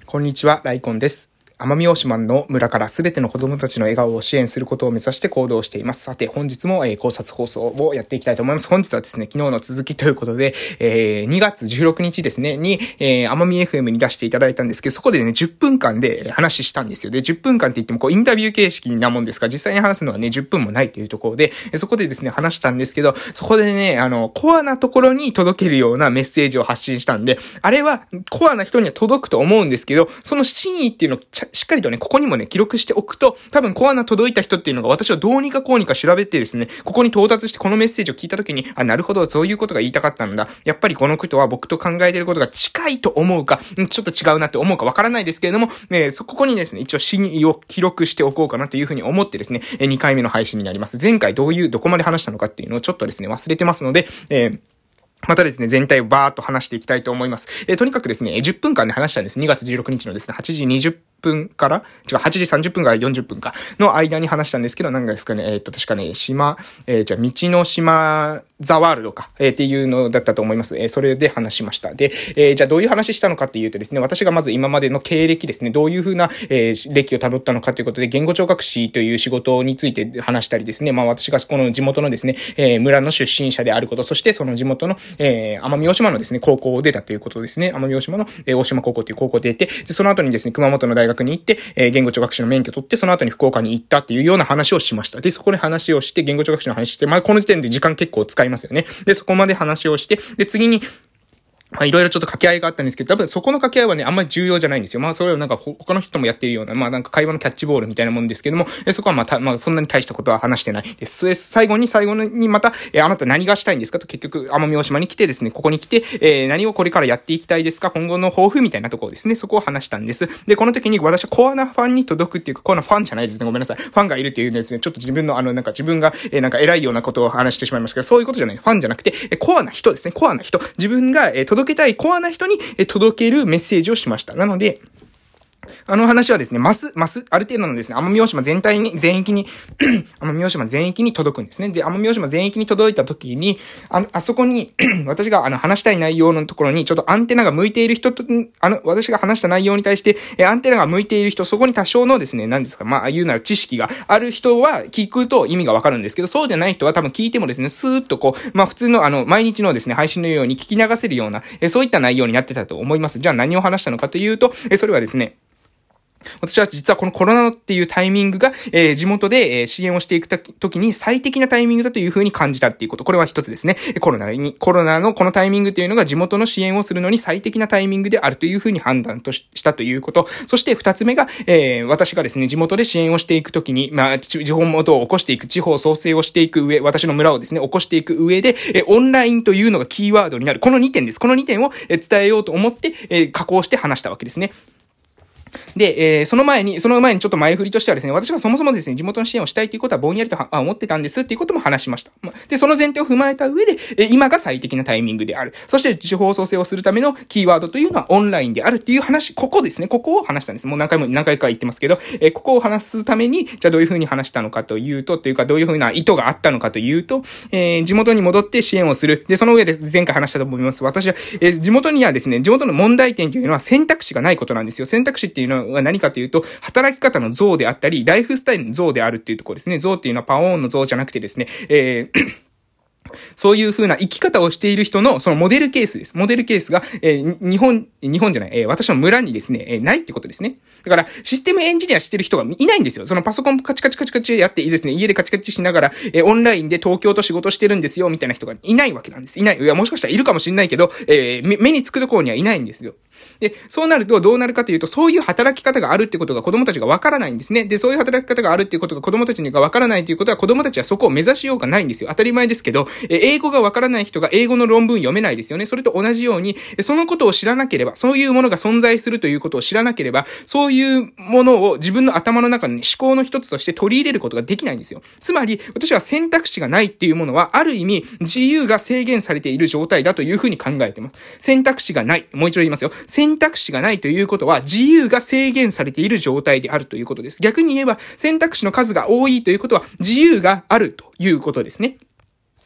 こんにちは、ライコンです。奄美大島の村からすべての子供たちの笑顔を支援することを目指して行動しています。さて、本日も考察放送をやっていきたいと思います。本日はですね、昨日の続きということで、2月16日ですね、に、奄美 FM に出していただいたんですけど、そこでね、10分間で話したんですよ。で、10分間って言っても、インタビュー形式なもんですが、実際に話すのはね、10分もないというところで、そこでですね、話したんですけど、そこでね、コアなところに届けるようなメッセージを発信したんで、あれは、コアな人には届くと思うんですけど、その真意っていうのをしっかりとね、ここにもね、記録しておくと、多分コアな届いた人っていうのが私はどうにかこうにか調べてですね、ここに到達してこのメッセージを聞いたときに、なるほど、そういうことが言いたかったんだ。やっぱりこの人は僕と考えていることが近いと思うか、ちょっと違うなって思うかわからないですけれども、ここにですね、一応真意を記録しておこうかなというふうに思ってですね、2回目の配信になります。前回どこまで話したのかっていうのをちょっとですね、忘れてますので、またですね、全体をバーっと話していきたいと思います。とにかくですね、10分間で話したんです。2月16日のですね、8時20分から、8時30分から40分かの間に話したんですけど、何ですかね、確かね、道の島ザワールドか、っていうのだったと思います。それで話しました。で、じゃあどういう話したのかっていうとですね、私がまず今までの経歴ですね、どういう風な、歴を辿ったのかということで、言語聴覚士という仕事について話したりですね、私がこの地元のですね、村の出身者であること、そしてその地元の、奄美大島のですね、高校を出たということですね。奄美大島の、大島高校という高校を出て、で、その後にですね、熊本の大学に行って、言語聴覚士の免許を取って、その後に福岡に行ったっていうような話をしました。で、そこで話をして、言語聴覚士の話して、この時点で時間結構使いますよね。で、そこまで話をして、で、次に、いろいろちょっと掛け合いがあったんですけど、多分そこの掛け合いはね、あんまり重要じゃないんですよ。それをなんか他の人もやっているような、なんか会話のキャッチボールみたいなもんですけども、そこはそんなに大したことは話してないです。最後にまた、あなた何がしたいんですかと結局、奄美大島に来てですね、ここに来て、何をこれからやっていきたいですか今後の抱負みたいなところですね。そこを話したんです。で、この時に私はコアなファンに届くっていうか、コアなファンじゃないですね。ごめんなさい。ファンがいるっていうですね、ちょっと自分の自分が、偉いようなことを話してしまいますけど、そういうことじゃない。ファンじゃなくて、コアな人ですね。コアな人。自分が、届けたいコアな人に届けるメッセージをしました。なので、話はですね、ある程度のですね、奄美大島全域に奄美大島全域に届くんですね。で、奄美大島全域に届いた時に、あそこに、私が話したい内容のところに、ちょっとアンテナが向いている人と、私が話した内容に対して、アンテナが向いている人、そこに多少のですね、何ですか、言うなら知識がある人は聞くと意味がわかるんですけど、そうじゃない人は多分聞いてもですね、スーッと普通の毎日のですね、配信のように聞き流せるような、そういった内容になってたと思います。じゃあ何を話したのかというと、それはですね、私は実はこのコロナっていうタイミングが、地元で、支援をしていくときに最適なタイミングだというふうに感じたっていうこと。これは一つですね。コロナのこのタイミングというのが地元の支援をするのに最適なタイミングであるというふうに判断したということ。そして二つ目が、私がですね、地元で支援をしていくときに、地方元を起こしていく、地方創生をしていく上、私の村をですね、起こしていく上で、オンラインというのがキーワードになる。この2点です。この2点を伝えようと思って、加工して話したわけですね。で、その前にちょっと前振りとしてはですね、私がそもそもですね、地元の支援をしたいということはぼんやりと思ってたんですっていうことも話しました。で、その前提を踏まえた上で、今が最適なタイミングである。そして地方創生をするためのキーワードというのはオンラインであるっていう話、ここですね、ここを話したんです。もう何回か言ってますけど、ここを話すために、じゃあどういう風に話したのかというと、どういう風な意図があったのかというと、地元に戻って支援をする。で、その上で前回話したと思います。私は、地元にはですね、地元の問題点というのは選択肢がないことなんですよ。選択肢っていうのは何かというと、働き方の像であったり、ライフスタイルの像であるっていうところですね。像っていうのはパオーンの像じゃなくてですね、そういう風な生き方をしている人のそのモデルケースです。モデルケースが、日本じゃない、私の村にですね、ないってことですね。だから、システムエンジニアしてる人がいないんですよ。そのパソコンカチカチやっていいですね、家でカチカチしながら、オンラインで東京と仕事してるんですよ、みたいな人がいないわけなんです。いや、もしかしたらいるかもしれないけど、目につくところにはいないんですよ。で、そうなるとどうなるかというと、そういう働き方があるってことが子供たちがわからないんですね。で、そういう働き方があるっていうことが子供たちにがわからないということは、子供たちはそこを目指しようがないんですよ。当たり前ですけど、英語がわからない人が英語の論文読めないですよね。それと同じように、そのことを知らなければ、そういうものが存在するということを知らなければ、そういうものを自分の頭の中に思考の一つとして取り入れることができないんですよ。つまり、私は選択肢がないっていうものは、ある意味、自由が制限されている状態だというふうに考えています。選択肢がない。もう一度言いますよ。選択肢がないということは、自由が制限されている状態であるということです。逆に言えば、選択肢の数が多いということは、自由があるということですね。っ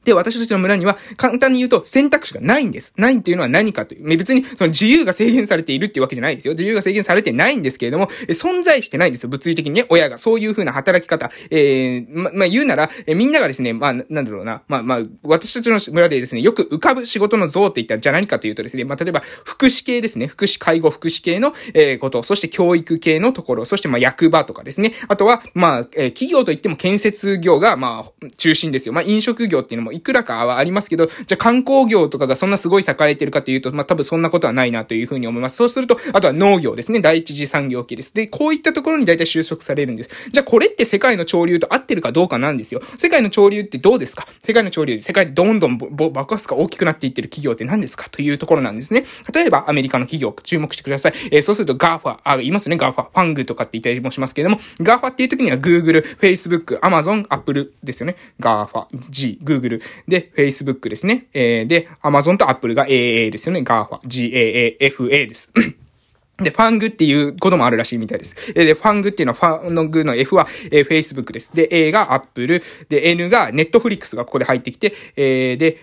で、私たちの村には簡単に言うと選択肢がないんです。ないっていうのは何かという。別にその自由が制限されているっていうわけじゃないですよ。自由が制限されてないんですけれども、存在してないんですよ。物理的にね、親がそういう風な働き方。言うなら、みんながですね、なんだろうな。私たちの村でですね、よく浮かぶ仕事の像って言ったら、じゃあ何かというとですね、例えば、福祉系ですね。介護福祉系の、こと、そして教育系のところ、そして役場とかですね。あとは、企業といっても建設業が、中心ですよ。飲食業っていうのもいくらかはありますけど、じゃあ観光業とかがそんなすごい栄えてるかというと、多分そんなことはないなというふうに思います。そうすると、あとは農業ですね。第一次産業系です。で、こういったところに大体就職されるんです。じゃあこれって世界の潮流と合ってるかどうかなんですよ。世界の潮流ってどうですか？世界の潮流、世界でどんどん爆発が大きくなっていってる企業って何ですかというところなんですね。例えばアメリカの企業、注目してください。そうすると GAFA、言いますね。GAFA、ファングとかって言ったりもしますけれども、GAFA っていう時には Google、Facebook、Amazon、Apple ですよね。GAFA、Google で Facebook ですね。で、Amazon と Apple が AA ですよね。GAFA、GAAFA です。で、ファングっていうこともあるらしいみたいです。で、ファングっていうのは、ファングの F は、Facebook です。で、A が Apple。で、N が Netflix がここで入ってきて、で、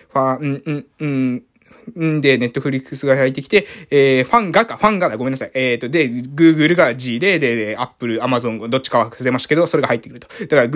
で、ネットフリックスが入ってきて、ファンガだ、ごめんなさい。で、Google が G で、Apple、Amazon、どっちかは忘れましたけど、それが入ってくると。だから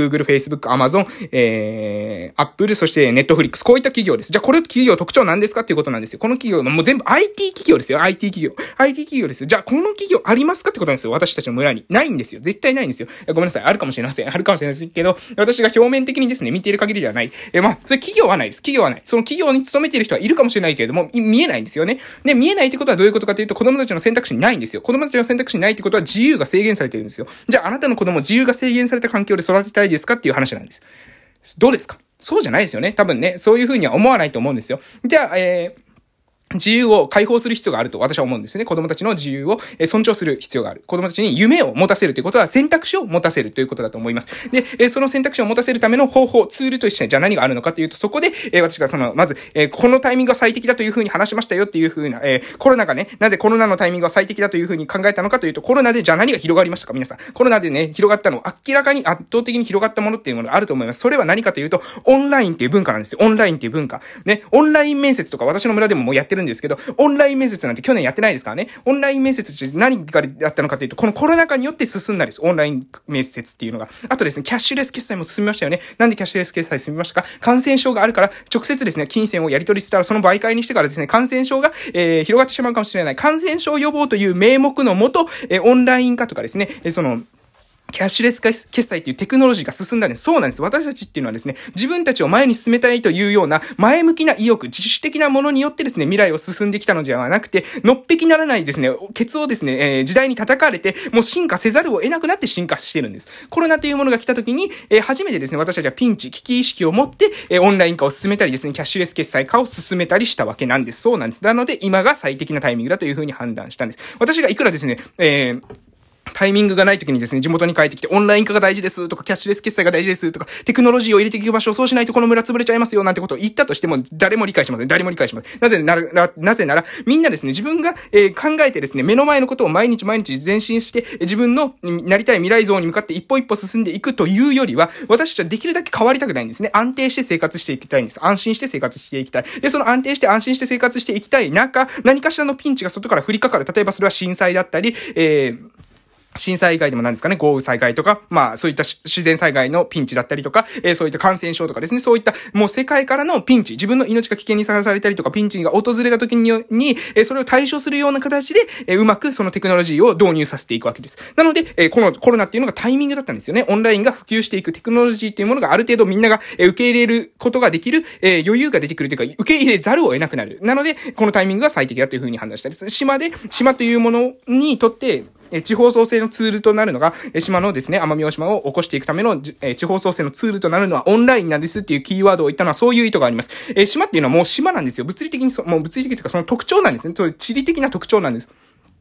Google、Facebook、Amazon、Apple、そして Netflix、こういった企業です。じゃあ、これ企業特徴なんですかっていうことなんですよ。この企業、もう全部 IT 企業ですよ。IT 企業です。じゃあ、この企業ありますかってことなんですよ。私たちの村に。ないんですよ。絶対ないんですよ。ごめんなさい。あるかもしれません。あるかもしれないですけど、私が表面的にですね、見ている限りではない。それ企業はないです。企業はない。その企業に勤めている人はいるかもしれないけれども、見えないんですよね。で、見えないってことはどういうことかというと、子供たちの選択肢にないんですよ。子供たちの選択肢にないってことは自由が制限されてるんですよ。じゃあ、あなたの子供を自由が制限された環境で育てたいですかっていう話なんです。どうですか？そうじゃないですよね。多分ね、そういうふうには思わないと思うんですよ。じゃあ、自由を解放する必要があると私は思うんですね。子供たちの自由を尊重する必要がある。子供たちに夢を持たせるということは選択肢を持たせるということだと思います。で、その選択肢を持たせるための方法、ツールとしてじゃあ何があるのかというと、そこで、私がまず、このタイミングが最適だというふうに話しましたよっていうふうな、コロナがね、なぜコロナのタイミングが最適だというふうに考えたのかというと、コロナでじゃあ何が広がりましたか皆さん。コロナでね、広がったの、明らかに圧倒的に広がったものっていうものがあると思います。それは何かというと、オンラインっていう文化なんですよ。オンラインっていう文化。ね、オンライン面接とか私の村でももうやってるんですけど、オンライン面接なんて去年やってないですからね。オンライン面接って何がやったのかというと、このコロナ禍によって進んだです。オンライン面接っていうのが。あとですね、キャッシュレス決済も進みましたよね。なんでキャッシュレス決済進みましたか？感染症があるから、直接ですね、金銭をやり取りしたら、その媒介にしてからですね、感染症が、広がってしまうかもしれない。感染症予防という名目のもと、オンライン化とかですね、キャッシュレス決済っていうテクノロジーが進んだんです。そうなんです。私たちっていうのはですね、自分たちを前に進めたいというような前向きな意欲、自主的なものによってですね、未来を進んできたのではなくて、のっぺきならないですね、ケツをですね、時代に叩かれて、もう進化せざるを得なくなって進化してるんです。コロナというものが来た時に、初めてですね、私たちは危機意識を持って、オンライン化を進めたりですね、キャッシュレス決済化を進めたりしたわけなんです。そうなんです。なので、今が最適なタイミングだというふうに判断したんです。私がいくらですね、タイミングがない時にですね、地元に帰ってきて、オンライン化が大事ですとか、キャッシュレス決済が大事ですとか、テクノロジーを入れていく場所をそうしないとこの村潰れちゃいますよなんてことを言ったとしても、誰も理解しません。誰も理解しません。なぜなら、みんなですね、自分が、考えてですね、目の前のことを毎日前進して、自分のなりたい未来像に向かって一歩一歩進んでいくというよりは、私たちはできるだけ変わりたくないんですね。安定して生活していきたいんです。安心して生活していきたい。で、その安定して安心して生活していきたい中、何かしらのピンチが外から降りかかる。例えばそれは震災だったり、震災以外でも何ですかね、豪雨災害とか、そういった自然災害のピンチだったりとか、そういった感染症とかですね、そういったもう世界からのピンチ、自分の命が危険にさらされたりとか、ピンチが訪れた時に、それを対処するような形で、うまくそのテクノロジーを導入させていくわけです。なので、このコロナっていうのがタイミングだったんですよね。オンラインが普及していくテクノロジーっていうものがある程度みんなが受け入れることができる、余裕が出てくるというか、受け入れざるを得なくなる。なので、このタイミングが最適だというふうに判断したりする。島というものにとって、地方創生のツールとなるのが、島のですね、奄美大島を起こしていくための、地方創生のツールとなるのはオンラインなんですっていうキーワードを言ったのはそういう意図があります。島っていうのはもう島なんですよ。物理的というかその特徴なんですね。それ地理的な特徴なんです。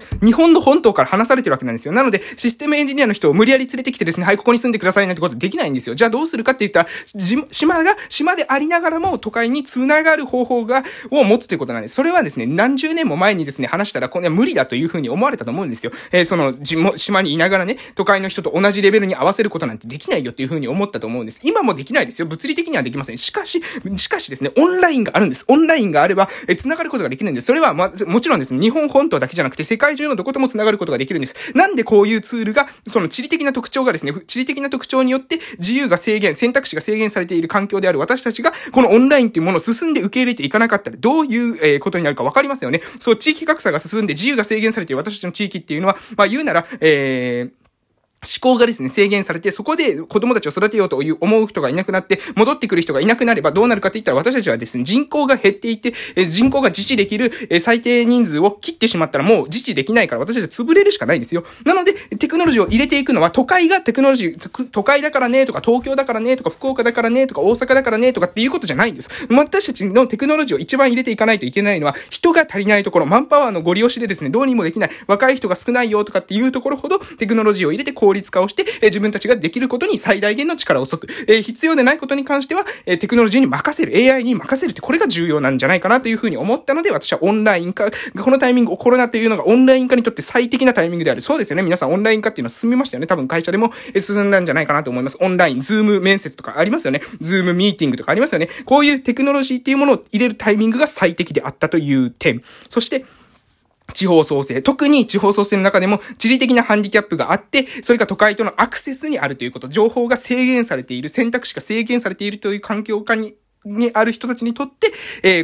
日本の本島から離されてるわけなんですよ。なので、システムエンジニアの人を無理やり連れてきてですね、はい、ここに住んでくださいなんてことできないんですよ。じゃあどうするかって言ったら、島でありながらも都会に繋がる方法を持つということなんです。それはですね、何十年も前にですね、話したら、これは無理だというふうに思われたと思うんですよ。島にいながらね、都会の人と同じレベルに合わせることなんてできないよっていうふうに思ったと思うんです。今もできないですよ。物理的にはできません。しかしですね、オンラインがあるんです。オンラインがあれば、繋がることができるんです。それはもちろんですね、日本本島だけじゃなくて、世界中のどことも繋がることができるんです。なんでこういうツールが、その地理的な特徴によって自由が選択肢が制限されている環境である私たちが、このオンラインっていうものを進んで受け入れていかなかったら、どういうことになるかわかりますよね。そう、地域格差が進んで自由が制限されている私たちの地域っていうのは、言うなら、思考がですね、制限されて、そこで子供たちを育てようと思う人がいなくなって、戻ってくる人がいなくなればどうなるかって言ったら、私たちはですね、人口が減っていて、人口が自治できる、最低人数を切ってしまったらもう自治できないから私たちは潰れるしかないんですよ。なので、テクノロジーを入れていくのは、都会がテクノロジー、都会だからねとか、東京だからねとか、福岡だからねとか、大阪だからねとかっていうことじゃないんです。私たちのテクノロジーを一番入れていかないといけないのは、人が足りないところ、マンパワーのご利用しでですね、どうにもできない、若い人が少ないよとかっていうところほど、テクノロジーを入れて効率化をして、自分たちができることに最大限の力を注ぐ。必要でないことに関しては、テクノロジーに任せる、AI に任せるって、これが重要なんじゃないかなというふうに思ったので、私はオンライン化、このタイミング、コロナというのがオンライン化にとって最適なタイミングである。そうですよね。皆さんオンライン化っていうのは進みましたよね。多分会社でも進んだんじゃないかなと思います。オンライン、ズーム面接とかありますよね。ズームミーティングとかありますよね。こういうテクノロジーっていうものを入れるタイミングが最適であったという点。そして、地方創生。特に地方創生の中でも地理的なハンディキャップがあって、それが都会とのアクセスにあるということ。情報が制限されている、選択肢が制限されているという環境下にある人たちにとって、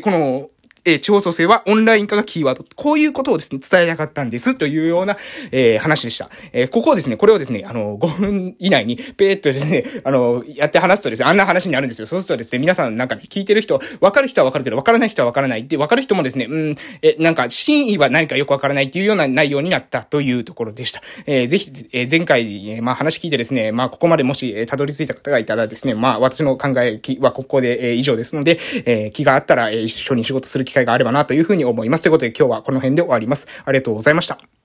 この、地方創生はオンライン化がキーワード。こういうことをですね、伝えたかったんです。というような、話でした。これをですね、5分以内に、ペーっとですね、やって話すとですね、あんな話になるんですよ。そうするとですね、皆さんなんかね、聞いてる人、わかる人はわかるけど、わからない人はわからない。で、わかる人もですね、なんか、真意は何かよくわからないっていうような内容になったというところでした。ぜひ、前回、話聞いてですね、ここまでもし、たどり着いた方がいたらですね、私の考えはここで、以上ですので、気があったら、一緒に仕事する機会があればなというふうに思います。ということで今日はこの辺で終わります。ありがとうございました。